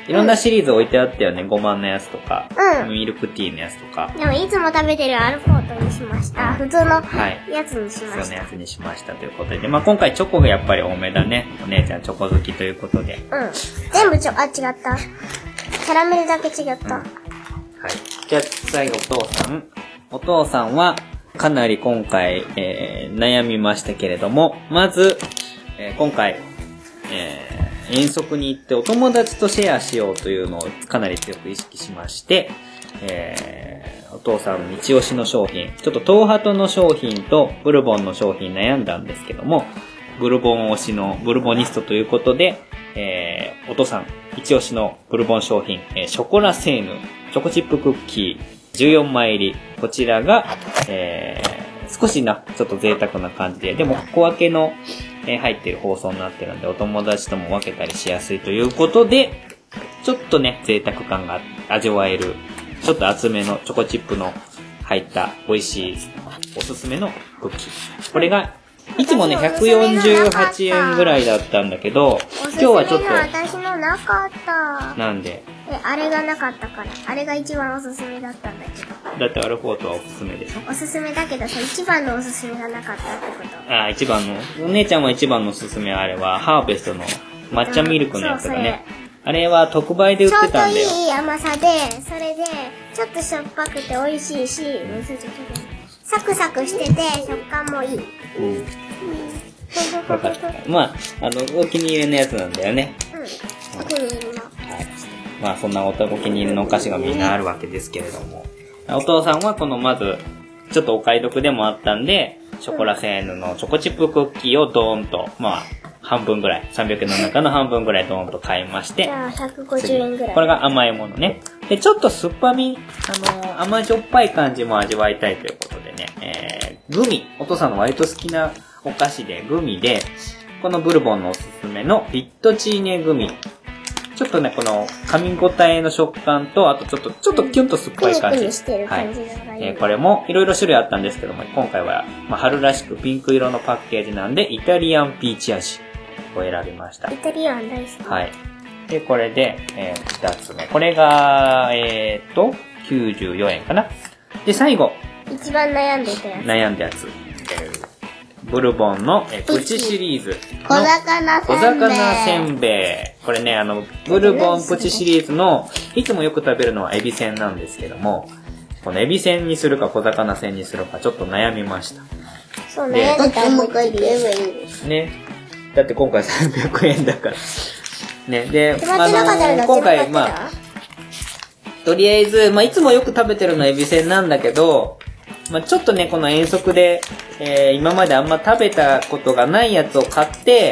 いろんなシリーズ置いてあったよね。ごまんのやつとか、 うんミルクティーのやつとか。 でもいつも食べてるアルフォートにしました。普通のはいやつにしまそうした。 のやつにしましたということで。で、まあ今回チョコがやっぱり多めだね。お姉ちゃんチョコ好きということで。 うん。全部ちょ、あ、違った。キャラメルだけ違った。 はい。じゃあ最後お父さん。お父さんはかなり今回、えー、悩みましたけれども、まず、えー、今回、えー、遠足に行ってお友達とシェアしようというのをかなり強く意識しまして、えー、お父さんの一押しの商品、ちょっと東ハトの商品とブルボンの商品悩んだんですけども、ブルボン推しのブルボニストということで、えー、お父さん一押しのブルボン商品、えー、ショコラセーヌ、チョコチップクッキー、じゅうよんまい入り。こちらが、えー、少しな、ちょっと贅沢な感じで、でも小分けの、えー、入っている包装になってるので、お友達とも分けたりしやすいということで、ちょっとね、贅沢感が味わえる、ちょっと厚めのチョコチップの入った美味しい、おすすめのクッキー。これが、いつもね、ひゃくよんじゅうはちえんぐらいだったんだけど、今日はちょっと、 私のなかった。 なんでえ、あれがなかったから。あれが一番おすすめだったんだけど。 だってアルフォートはおすすめでしょ。 おすすめだけどさ、一番のおすすめがなかったってこと。 ああ、一番の、お姉ちゃんは一番のおすすめはあれは、ハーベストの抹茶ミルクのやつだね。あれは特売で売ってたんだよ。 ちょうどいい甘さで、それで、ちょっとしょっぱくて美味しいし、サクサクしてて食感もいい。 うん。わかった。まあ、あの、お気に入りのやつなんだよね。 うん。お気に入りの。 はい。まあ、そんなお気に入りのお菓子がみんなあるわけですけれども。お父さんはこのまず、ちょっとお買い得でもあったんで、ショコラセーヌのチョコチップクッキーをドーンと、まあ、半分ぐらい、さんびゃくえんの中の半分ぐらいドーンと買いまして。 じゃあ、ひゃくごじゅうえんぐらい。 これが甘いものね。で、ちょっと酸っぱみ、あのー、甘じょっぱい感じも味わいたいということでね、えー、グミ。お父さんの割と好きなお菓子で、グミで、このブルボンのおすすめのビットチーネグミ。ちょっとね、この噛み応えの食感と、あとちょっと、ちょっとキュンと酸っぱい感じ。 プニプニしてる感じがいい。 はい。えー、これもいろいろ種類あったんですけども、今回は、まあ、春らしくピンク色のパッケージなんで、イタリアンピーチ味を選びました。 イタリアン大好き。 はい。で、これで、えー、二つ目。これが、えーっと、きゅうじゅうよえんかな。で、最後。 一番悩んでたやつ。 悩んだやつ。えーブルボンの、えー、プチシリーズの。 小魚せんべい。 小魚せんべい。これね、あの、ブルボンプチシリーズの、いつもよく食べるのはエビせんなんですけども、このエビせんにするか小魚せんにするかちょっと悩みました。 そう、悩んでたらもう一回言えばいいです。 ね。だって今回さんびゃくえんだから。ね。で、 決まってなかったらどっち今回、 決まってたまあ、とりあえず、まあ、いつもよく食べてるのはエビせんなんだけど、まあ、ちょっとね、この遠足で、えー、今まであんま食べたことがないやつを買って、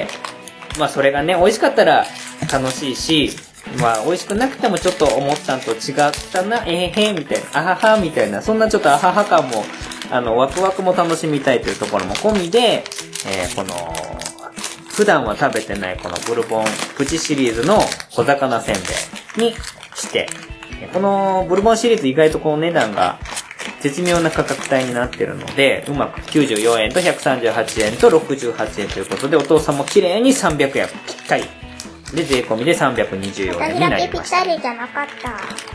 まあ、それがね、美味しかったら楽しいし、まあ、美味しくなくてもちょっと思ったんと違ったな、えへへ、みたいな、あはは、みたいな、そんなちょっとあはは感も、あの、ワクワクも楽しみたいというところも込みで、えー、この、普段は食べてないこのブルボンプチシリーズの小魚せんべいにして、このブルボンシリーズ意外とこう値段が絶妙な価格帯になってるので、うまくきゅうじゅうよえんとひゃくさんじゅうはちえんとろくじゅうはちえんということで、お父さんも綺麗にさんびゃくえんぴったり。で、税込みでさんびゃくにじゅうよえんになりました。 私だけぴったりじゃなかった。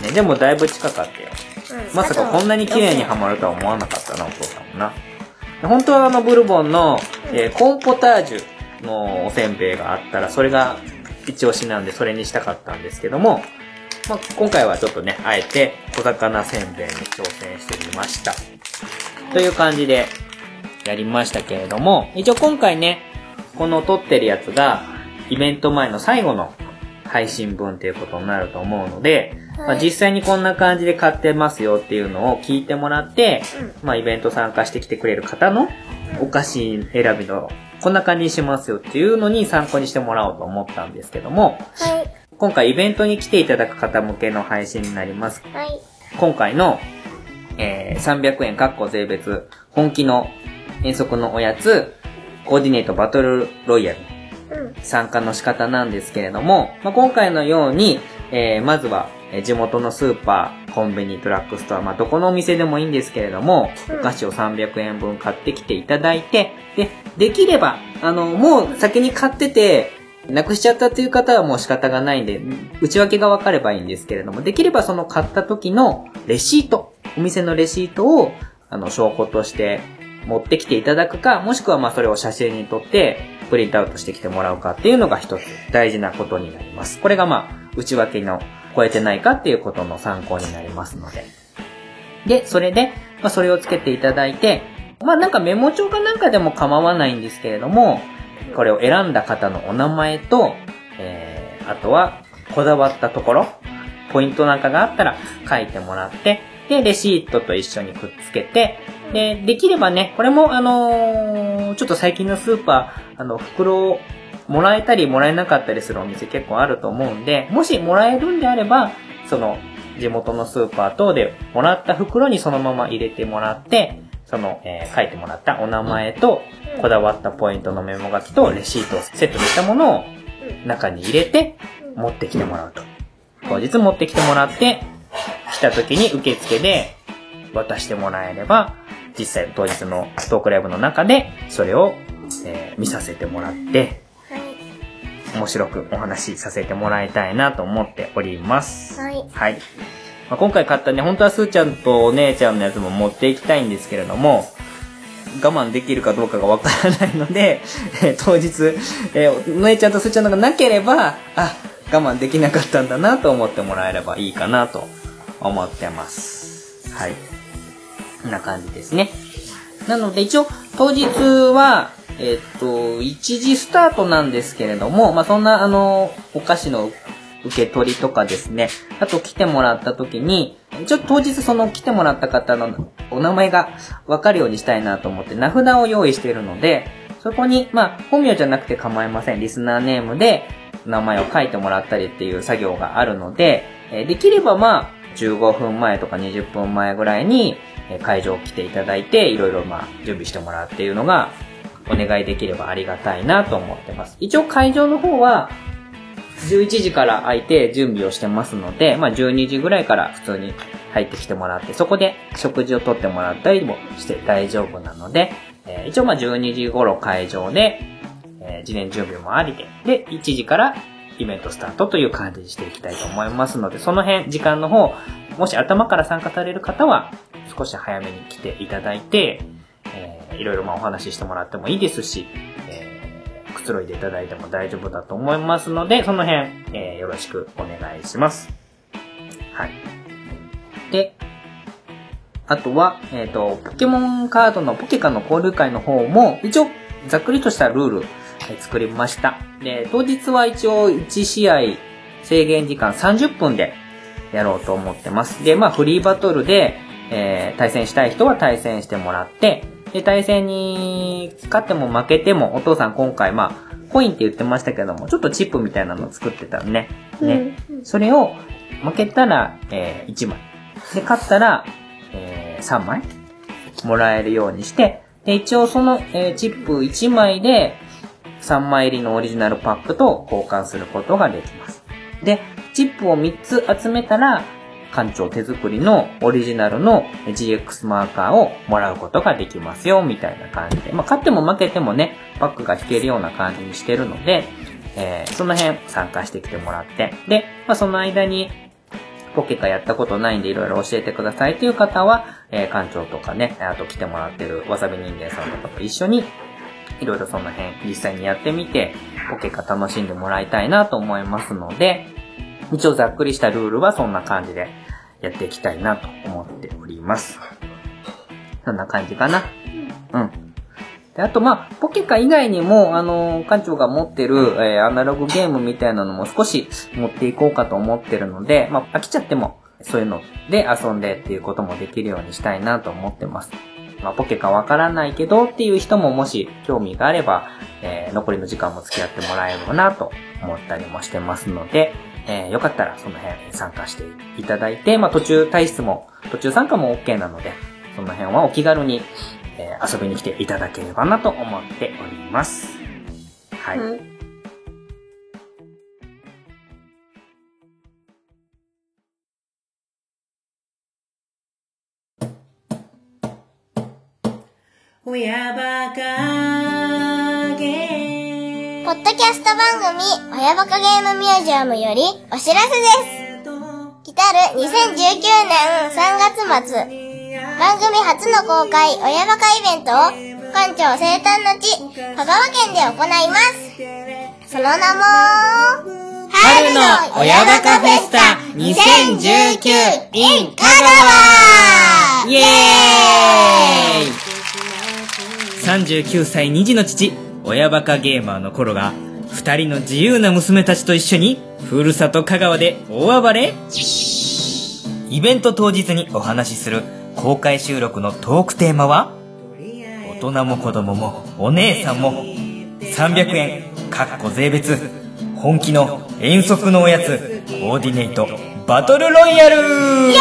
ね、でもだいぶ近かったよ。 うん、 まさかこんなに綺麗にはまるとは思わなかったな、お父さんもな。本当はあのブルボンの、えー、コーンポタージュのおせんべいがあったら、それが一押しなんでそれにしたかったんですけども、まあ、今回はちょっとね、あえて小魚せんべいに挑戦してみました。という感じでやりましたけれども、一応今回ね、この撮ってるやつがイベント前の最後の配信分っていうことになると思うので、はい、まあ、実際にこんな感じで買ってますよっていうのを聞いてもらって、うん、まあイベント参加してきてくれる方のお菓子選びのこんな感じにしますよっていうのに参考にしてもらおうと思ったんですけども、はい、今回イベントに来ていただく方向けの配信になります。はい、今回の、えー、さんびゃくえんかっこ税別本気の遠足のおやつコーディネートバトルロイヤル参加の仕方なんですけれども、まあ、今回のように、えー、まずは地元のスーパー、コンビニ、ドラッグストア、まあ、どこのお店でもいいんですけれども、うん、お菓子をさんびゃくえんぶん買ってきていただいて、で、できれば、あの、もう先に買ってて、 なくしちゃったという方はもう仕方がないんで、内訳が分かればいいんですけれども、できればその買った時のレシート、お店のレシートを、あの、証拠として持ってきていただくか、もしくはまあそれを写真に撮ってプリントアウトしてきてもらうかっていうのが一つ大事なことになります。これがまあ、内訳の超えてないかっていうことの参考になりますので。で、それで、まあそれをつけていただいて、まあなんかメモ帳かなんかでも構わないんですけれども、これを選んだ方のお名前と、えー、あとはこだわったところ、ポイントなんかがあったら書いてもらって、で、レシートと一緒にくっつけて、で、できればね、これもあのー、ちょっと最近のスーパー、あの、袋をもらえたりもらえなかったりするお店結構あると思うんで、もしもらえるんであれば、その、地元のスーパー等でもらった袋にそのまま入れてもらって、その、えー、書いてもらったお名前と、こだわったポイントのメモ書きとレシートをセットにしたものを中に入れて持ってきてもらうと。当日持ってきてもらって、来た時に受付で渡してもらえれば、実際当日のトークライブの中でそれを、えー、見させてもらって、面白くお話しさせてもらいたいなと思っております。 はい。 はい。まあ、今回買ったね、本当はすーちゃんとお姉ちゃんのやつも持っていきたいんですけれども、我慢できるかどうかがわからないので、えー、当日、えー、お姉ちゃんとすーちゃんのがなければ、あ、我慢できなかったんだなと思ってもらえればいいかなと思ってます。はい。こんな感じですね。なので一応、当日は、えっと、いちじスタートなんですけれども、まあ、そんな、あの、お菓子の受け取りとかですね、あと来てもらった時に、ちょっと当日その来てもらった方のお名前がわかるようにしたいなと思って名札を用意しているので、そこに、まあ、本名じゃなくて構いません。リスナーネームで名前を書いてもらったりっていう作業があるので、えー、できればまあ、じゅうごふんまえとかにじゅっぷんまえぐらいに会場来ていただいて、いろいろまあ、準備してもらうっていうのが、お願いできればありがたいなと思ってます。一応会場の方は、じゅういちじから空いて準備をしてますので、まあじゅうにじぐらいから普通に入ってきてもらって、そこで食事をとってもらったりもして大丈夫なので、えー、一応まあじゅうにじ頃会場で、えー、事前準備もありで、で、いちじからイベントスタートという感じにしていきたいと思いますので、その辺、時間の方、もし頭から参加される方は、少し早めに来ていただいて、えー、いろいろまあお話ししてもらってもいいですし、くつろいでいただいても大丈夫だと思いますので、その辺、えー、よろしくお願いします。はい。で、あとは、えっと、ポケモンカードのポケカの交流会の方も、一応、ざっくりとしたルール、えー、作りました。で、当日は一応いち試合制限時間さんじゅっぷんでやろうと思ってます。で、まあ、フリーバトルで、えー、対戦したい人は対戦してもらって、で、対戦に勝っても負けても、お父さん今回まあ、コインって言ってましたけども、ちょっとチップみたいなの作ってたね。ね。うん、それを、負けたら、えー、いちまい。で、勝ったら、えー、さんまいもらえるようにして、で、一応その、えー、チップいちまいで、さんまい入りのオリジナルパックと交換することができます。で、チップをみっつ集めたら、館長手作りのオリジナルの ジーエックス マーカーをもらうことができますよ、みたいな感じで。まあ、勝っても負けてもね、パックが引けるような感じにしてるので、えー、その辺参加してきてもらって。で、まあ、その間に、ポケカやったことないんでいろいろ教えてくださいという方は、えー、館長とかね、あと来てもらってるわさび人間さんとかと一緒に、いろいろその辺実際にやってみて、ポケカ楽しんでもらいたいなと思いますので、一応ざっくりしたルールはそんな感じでやっていきたいなと思っております。そんな感じかな。うん。で、あとまあ、ポケカ以外にも、あのー、館長が持ってる、えー、アナログゲームみたいなのも少し持っていこうかと思ってるので、まあ、飽きちゃっても、そういうので遊んでっていうこともできるようにしたいなと思ってます。まあ、ポケカわからないけどっていう人ももし興味があれば、えー、残りの時間も付き合ってもらえればなと思ったりもしてますので、えー、よかったらその辺参加していただいて、まあ途中退出も、途中参加も OK なので、その辺はお気軽に、えー、遊びに来ていただければなと思っております。はい。うん、 親バカゲーポッドドキャスト番組、親バカゲームミュージアムよりお知らせです。来たるにせんじゅうきゅうねんさんがつ末、番組初の公開親バカイベントを館長生誕の地、香川県で行います。その名も、 春の親バカフェスタにせんじゅうきゅう in 香川イエーイ。さんじゅうきゅうさいに児の父、親バカゲーマーの頃が二人の自由な娘たちと一緒にふるさと香川で大暴れ。イベント当日にお話しする公開収録のトークテーマは、大人も子供もお姉さんもさんびゃくえんかっこ税別、本気の遠足のおやつコーディネートバトルロイヤル。イエーイ。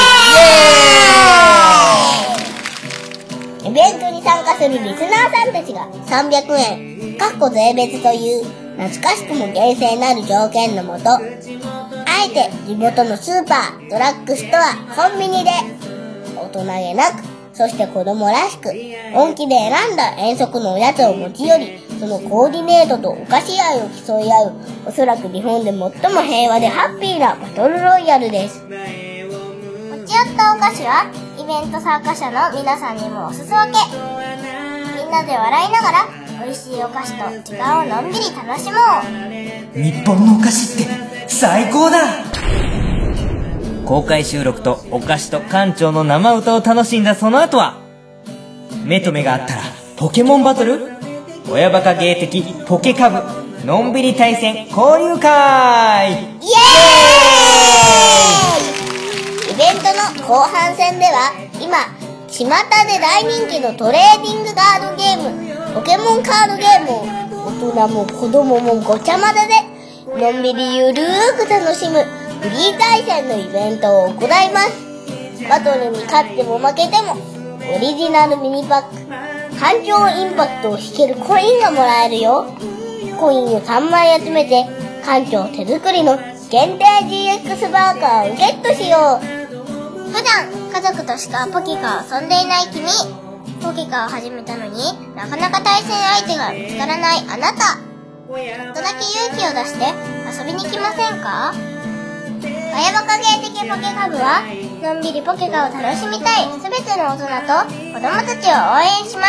イベントに参加するリスナーさんたちがさんびゃくえんかっこ税別という懐かしくも厳正なる条件のもと、あえて地元のスーパー、ドラッグストア、コンビニで大人げなく、そして子供らしく本気で選んだ遠足のおやつを持ち寄り、そのコーディネートとお菓子愛を競い合う、おそらく日本で最も平和でハッピーなバトルロイヤルです。持ち寄ったお菓子はイベント参加者の皆さんにもおすそ分け。みんなで笑いながら美味しいお菓子と時間をのんびり楽しもう。 日本のお菓子って最高だ。公開収録とお菓子と館長の生歌を楽しんだその後は、目と目があったらポケモンバトル、親バカ芸的ポケカブのんびり対戦交流会。イエーイイベントの後半戦では、今巷で大人気のトレーディングカードゲーム、ポケモンカードゲームを大人も子供もごちゃ混ぜでのんびりゆるーく楽しむフリー対戦のイベントを行います。バトルに勝っても負けてもオリジナルミニパック、環境インパクトを引けるコインがもらえるよ。コインをさんまい集めて館長手作りの限定 ジーエックス バーカーをゲットしよう。普段家族としかポケカを遊んでいない君、ポケカを始めたのになかなか対戦相手が見つからないあなた、ちょっとだけ勇気を出して遊びに来ませんか？親バカ芸的ポケカ部はのんびりポケカを楽しみたいすべての大人と子供たちを応援します。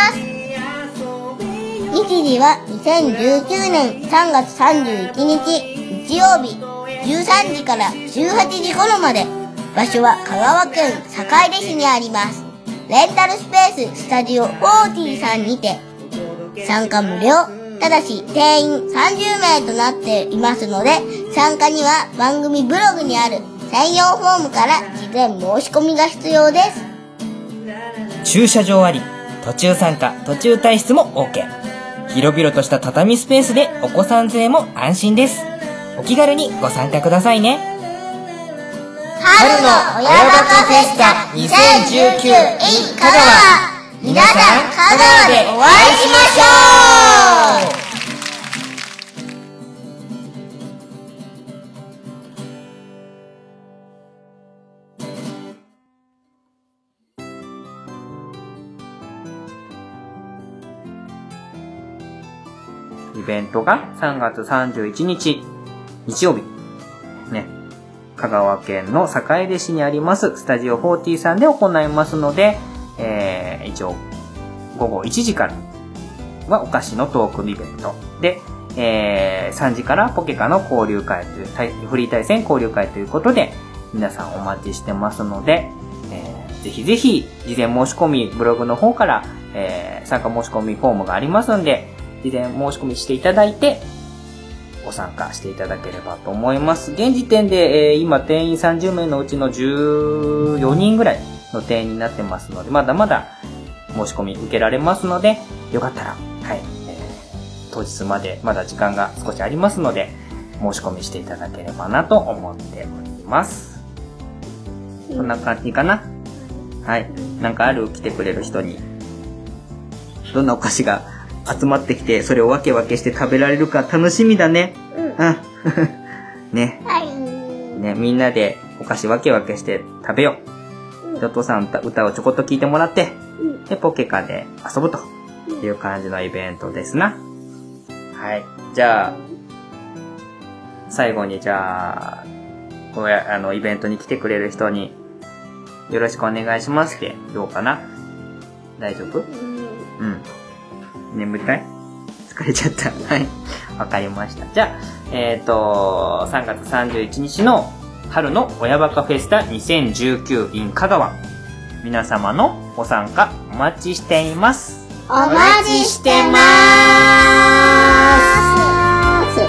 日時はにせんじゅうきゅうねんさんがつさんじゅういちにち日曜日じゅうさんじからじゅうはちじ頃まで。場所は香川県坂出市にあります。レンタルスペーススタジオフォーティーさんにて参加無料、ただし定員さんじゅうめいとなっていますので、参加には番組ブログにある専用フォームから事前申し込みが必要です。 駐車場あり、途中参加途中退出も OK。 広々とした畳スペースでお子さん連れも安心です。お気軽にご参加くださいね。 春の親バカフェスタにせんじゅうきゅう in 香川、皆さん香川でお会いしましょう。イベントがさんがつさんじゅういちにち日曜日ね、香川県の坂出市にありますスタジオフォーティーさんで行いますので、えー、一応ごごいちじからはお菓子のトークイベントで、えー、さんじからポケカの交流会というフリー対戦交流会ということで皆さんお待ちしてますので、えー、ぜひぜひ事前申し込みブログの方から、えー、参加申し込みフォームがありますので事前申し込みしていただいてご参加していただければと思います。現時点で、えー、今定員さんじゅうめいのうちのじゅうよにんぐらいの定員になってますので、まだまだ申し込み受けられますので、よかったら、はい、えー、当日までまだ時間が少しありますので、申し込みしていただければなと思っております。こんな感じかな。はい。なんかある？来てくれる人に。どんなお菓子が集まってきて、それを分け分けして食べられるか楽しみだね。うん。ね。 はい。 ね、みんなでお菓子分け分けして食べよう。で、お父さん歌、歌をちょこっと聞いてもらって、うん、で、ポケカで遊ぶという感じのイベントですな。はい。 じゃあ、最後にじゃあ、こうや、あの、イベントに来てくれる人に、よろしくお願いしますって、どうかな？大丈夫？うん。眠たい？疲れちゃった。はい。わかりました。じゃあ、えっと、さんがつさんじゅういちにちの春の親バカフェスタにせんじゅうきゅう in 香川。皆様のご参加お待ちしています。 お待ちしてまーす。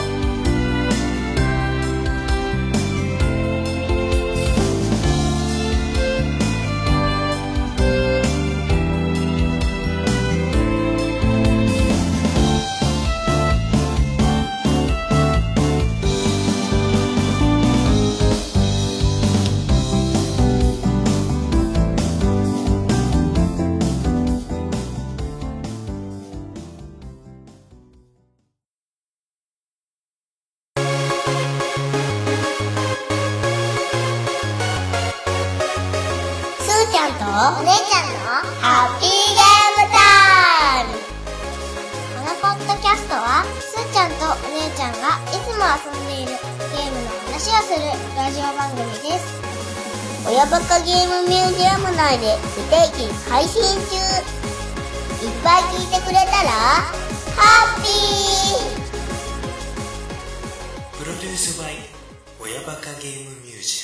ちゃんとお姉ちゃんのハッピーゲームタイム。このポッドキャストはすーちゃんとお姉ちゃんがいつも遊んでいるゲームの話をするラジオ番組です。親バカゲームミュージアム内で不定期配信中。いっぱい聞いてくれたらハッピー。 プロデュースバイ親バカゲームミュージアム。